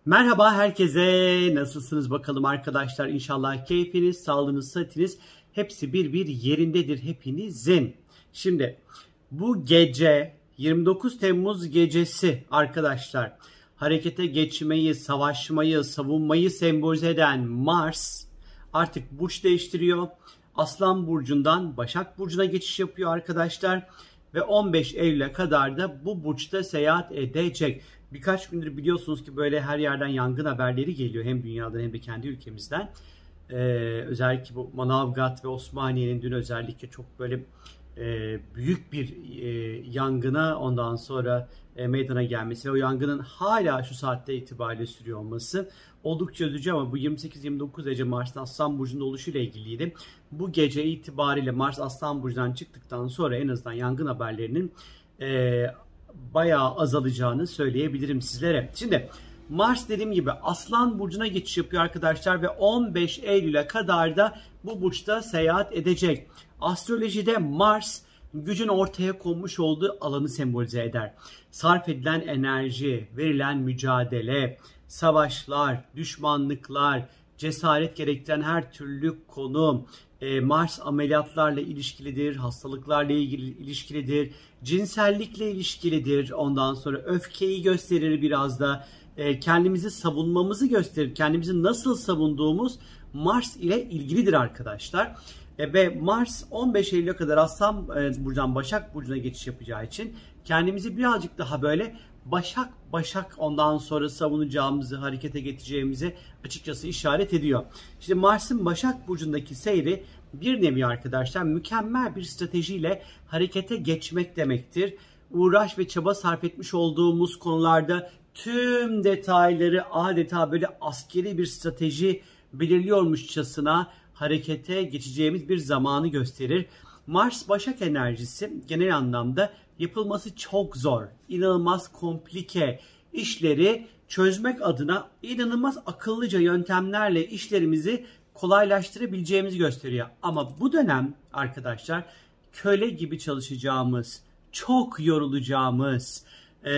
Merhaba herkese. Nasılsınız bakalım arkadaşlar? İnşallah keyfiniz, sağlığınız, sıhhatiniz hepsi bir yerindedir hepinizin. Şimdi bu gece 29 Temmuz gecesi arkadaşlar, harekete geçmeyi, savaşmayı, savunmayı sembolize eden Mars artık burç değiştiriyor. Aslan burcundan Başak burcuna geçiş yapıyor arkadaşlar. Ve 15 Eylül'e kadar da bu burçta seyahat edecek. Birkaç gündür biliyorsunuz ki böyle her yerden yangın haberleri geliyor. Hem dünyadan hem de kendi ülkemizden. Özellikle bu Manavgat ve Osmaniye'nin dün özellikle çok böyle büyük bir yangına ondan sonra meydana gelmesi ve o yangının hala şu saatte itibariyle sürüyor olması oldukça üzücü. Ama bu 28-29 Ece Mars'ın Aslan Burcu'nda oluşuyla ilgiliydi. Bu gece itibariyle Mars Aslan Burcu'dan çıktıktan sonra en azından yangın haberlerinin bayağı azalacağını söyleyebilirim sizlere. Şimdi Mars dediğim gibi Aslan Burcu'na geçiş yapıyor arkadaşlar ve 15 Eylül'e kadar da bu burçta seyahat edecek. Astrolojide Mars gücün ortaya konmuş olduğu alanı sembolize eder. Sarf edilen enerji, verilen mücadele, savaşlar, düşmanlıklar, cesaret gerektiren her türlü konu, Mars ameliyatlarla ilişkilidir, hastalıklarla ilişkilidir, cinsellikle ilişkilidir. Ondan sonra öfkeyi gösterir biraz da. Kendimizi savunmamızı gösterir. Kendimizi nasıl savunduğumuz Mars ile ilgilidir arkadaşlar. Ve Mars 15 Eylül'e kadar Aslan Burcu'dan Başak Burcu'na geçiş yapacağı için kendimizi birazcık daha böyle Başak ondan sonra savunacağımızı, harekete geçeceğimizi açıkçası işaret ediyor. Şimdi Mars'ın Başak Burcu'ndaki seyri bir nevi arkadaşlar mükemmel bir stratejiyle harekete geçmek demektir. Uğraş ve çaba sarf etmiş olduğumuz konularda tüm detayları adeta böyle askeri bir strateji belirliyormuşçasına harekete geçeceğimiz bir zamanı gösterir. Mars Başak enerjisi genel anlamda yapılması çok zor, inanılmaz komplike işleri çözmek adına inanılmaz akıllıca yöntemlerle işlerimizi kolaylaştırabileceğimizi gösteriyor. Ama bu dönem arkadaşlar köle gibi çalışacağımız, çok yorulacağımız,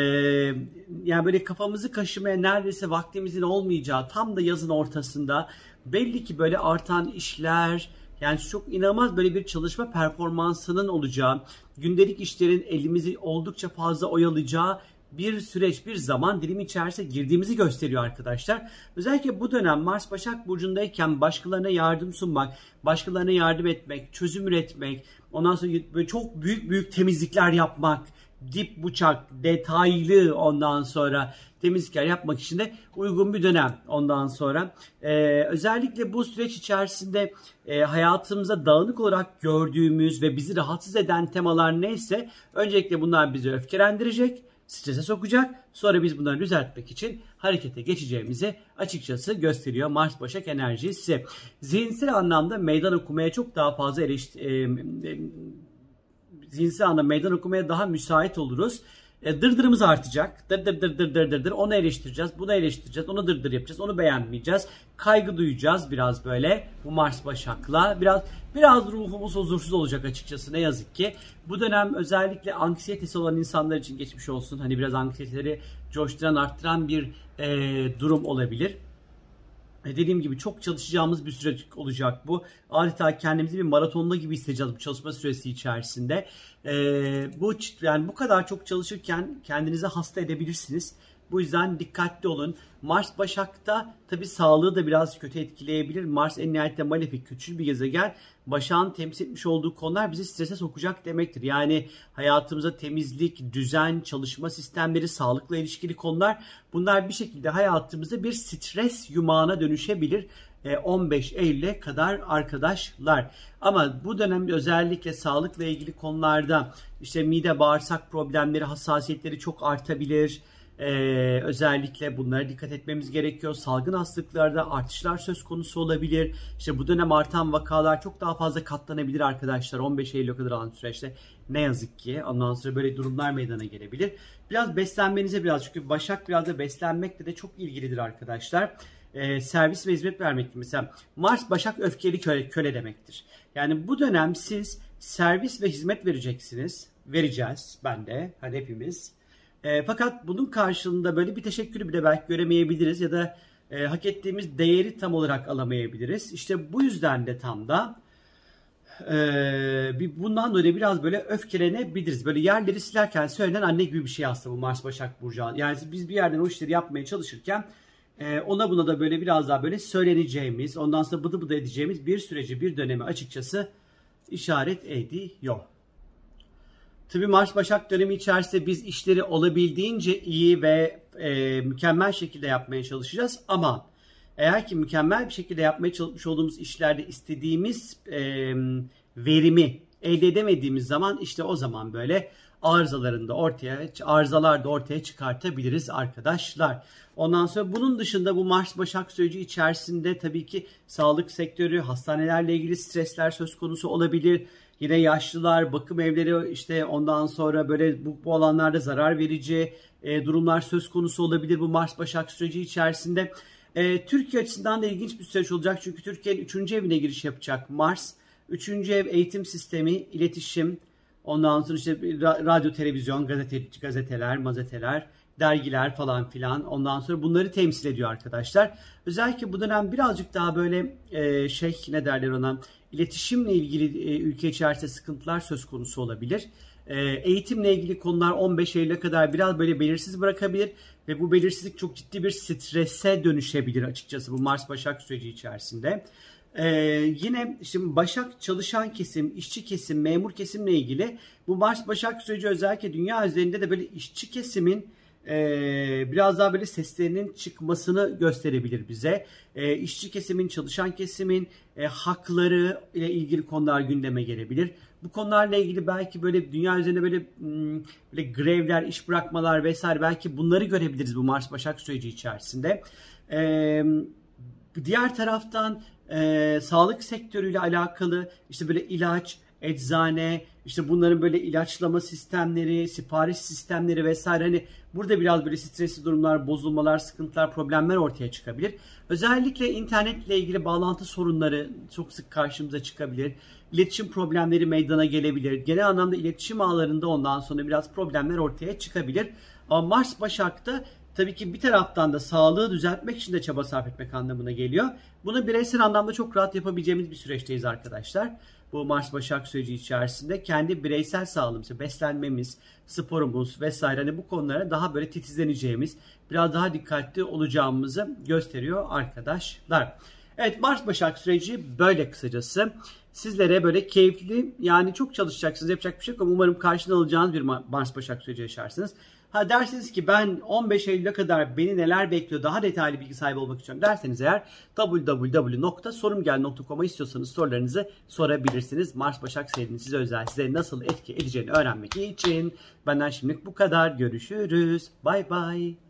yani böyle kafamızı kaşımaya neredeyse vaktimizin olmayacağı tam da yazın ortasında belli ki böyle artan işler, yani çok inanılmaz böyle bir çalışma performansının olacağı, gündelik işlerin elimizi oldukça fazla oyalayacağı bir süreç, bir zaman dilimi içerisine girdiğimizi gösteriyor arkadaşlar. Özellikle bu dönem Mars Başak Burcu'ndayken başkalarına yardım sunmak, başkalarına yardım etmek, çözüm üretmek, ondan sonra böyle çok büyük temizlikler yapmak, dip bıçak, detaylı ondan sonra temizlikler yapmak için de uygun bir dönem ondan sonra. Özellikle bu süreç içerisinde hayatımızda dağınık olarak gördüğümüz ve bizi rahatsız eden temalar neyse öncelikle bunlar bizi öfkelendirecek, strese sokacak. Sonra biz bunları düzeltmek için harekete geçeceğimizi açıkçası gösteriyor Mars Başak enerjisi. Zihinsel anlamda meydan okumaya çok daha fazla zihinsel anlamda meydan okumaya daha müsait oluruz. Dırdırımız artacak. Dır. Onu eleştireceğiz. Bunu eleştireceğiz. Onu dırdır yapacağız. Onu beğenmeyeceğiz. Kaygı duyacağız biraz böyle. Bu Mars Başak'la. Biraz ruhumuz huzursuz olacak açıkçası ne yazık ki. Bu dönem özellikle anksiyetesi olan insanlar için geçmiş olsun. Hani biraz anksiyeteleri coşturan, arttıran bir durum olabilir. Dediğim gibi çok çalışacağımız bir süreç olacak bu. Adeta kendimizi bir maratonda gibi hissedeceğiz bu çalışma süresi içerisinde. Yani bu kadar çok çalışırken kendinizi hasta edebilirsiniz. Bu yüzden dikkatli olun. Mars Başak'ta tabii sağlığı da biraz kötü etkileyebilir. Mars en nihayetinde malefik, kötü bir gezegen. Başak'ın temsil etmiş olduğu konular bizi strese sokacak demektir. Yani hayatımıza temizlik, düzen, çalışma sistemleri, sağlıkla ilişkili konular, bunlar bir şekilde hayatımızda bir stres yumağına dönüşebilir. 15 Eylül'e kadar arkadaşlar. Ama bu dönemde özellikle sağlıkla ilgili konularda işte mide, bağırsak problemleri, hassasiyetleri çok artabilir. Özellikle bunlara dikkat etmemiz gerekiyor. Salgın hastalıklarda artışlar söz konusu olabilir. İşte bu dönem artan vakalar çok daha fazla katlanabilir arkadaşlar. 15 Eylül'e kadar olan süreçte ne yazık ki ondan sonra böyle durumlar meydana gelebilir. Biraz beslenmenize çünkü Başak biraz da beslenmekle de çok ilgilidir arkadaşlar. Servis ve hizmet vermek. Mesela Mars Başak öfkeli köle demektir. Yani bu dönem siz servis ve hizmet vereceksiniz. Vereceğiz ben de. Hani hepimiz. Fakat bunun karşılığında böyle bir teşekkürü bile belki göremeyebiliriz ya da hak ettiğimiz değeri tam olarak alamayabiliriz. İşte bu yüzden de tam da bundan dolayı biraz böyle öfkelenebiliriz. Böyle yerleri silerken söylenen anne gibi bir şey aslında bu Mars Başak Burcu. Yani biz bir yerden o işleri yapmaya çalışırken ona buna da böyle biraz daha böyle söyleneceğimiz, ondan sonra bıdı bıdı edeceğimiz bir süreci, bir dönemi açıkçası işaret ediyor. Tabii Mars Başak dönemi içerisinde biz işleri olabildiğince iyi ve mükemmel şekilde yapmaya çalışacağız. Ama eğer ki mükemmel bir şekilde yapmaya çalışmış olduğumuz işlerde istediğimiz verimi elde edemediğimiz zaman işte o zaman böyle arızalar da ortaya çıkartabiliriz arkadaşlar. Ondan sonra bunun dışında bu Mars Başak süreci içerisinde tabii ki sağlık sektörü, hastanelerle ilgili stresler söz konusu olabilir. Yine yaşlılar, bakım evleri işte ondan sonra böyle bu alanlarda zarar verici durumlar söz konusu olabilir bu Mars Başak süreci içerisinde. Türkiye açısından da ilginç bir süreç olacak çünkü Türkiye'nin 3. evine giriş yapacak Mars. 3. ev eğitim sistemi, iletişim, ondan sonra işte radyo, televizyon, gazeteler, dergiler falan filan. Ondan sonra bunları temsil ediyor arkadaşlar. Özellikle bu dönem birazcık daha böyle ne derler ona, iletişimle ilgili ülke içerisinde sıkıntılar söz konusu olabilir. Eğitimle ilgili konular 15 Eylül'e kadar biraz böyle belirsiz bırakabilir ve bu belirsizlik çok ciddi bir strese dönüşebilir açıkçası bu Mars Başak süreci içerisinde. Yine şimdi Başak çalışan kesim, işçi kesim, memur kesimle ilgili bu Mars Başak süreci özellikle dünya üzerinde de böyle işçi kesimin biraz daha böyle seslerinin çıkmasını gösterebilir bize. İşçi kesimin, çalışan kesimin hakları ile ilgili konular gündeme gelebilir. Bu konularla ilgili belki böyle dünya üzerinde böyle grevler, iş bırakmalar vesaire belki bunları görebiliriz bu Mars Başak süreci içerisinde. Diğer taraftan sağlık sektörüyle alakalı işte böyle ilaç, eczane, işte bunların böyle ilaçlama sistemleri, sipariş sistemleri vesaire, hani burada biraz böyle stresli durumlar, bozulmalar, sıkıntılar, problemler ortaya çıkabilir. Özellikle internetle ilgili bağlantı sorunları çok sık karşımıza çıkabilir. İletişim problemleri meydana gelebilir. Genel anlamda iletişim ağlarında ondan sonra biraz problemler ortaya çıkabilir. Ama Mars Başak'ta tabii ki bir taraftan da sağlığı düzeltmek için de çaba sarf etmek anlamına geliyor. Bunu bireysel anlamda çok rahat yapabileceğimiz bir süreçteyiz arkadaşlar. Bu Mars Başak süreci içerisinde kendi bireysel sağlığımız, beslenmemiz, sporumuz vesaire, hani bu konulara daha böyle titizleneceğimiz, biraz daha dikkatli olacağımızı gösteriyor arkadaşlar. Evet, Mars Başak süreci böyle kısacası. Sizlere böyle keyifli, yani çok çalışacaksınız, yapacak bir şey yok ama umarım karşılığını alacağınız bir Mars Başak süreci yaşarsınız. Ha derseniz ki ben 15 Eylül'e kadar beni neler bekliyor, daha detaylı bilgi sahibi olmak istiyorum derseniz eğer www.sorumgel.com'a istiyorsanız sorularınızı sorabilirsiniz. Mars Başak serinin size özel, size nasıl etki edeceğini öğrenmek için benden şimdilik bu kadar. Görüşürüz. Bay bay.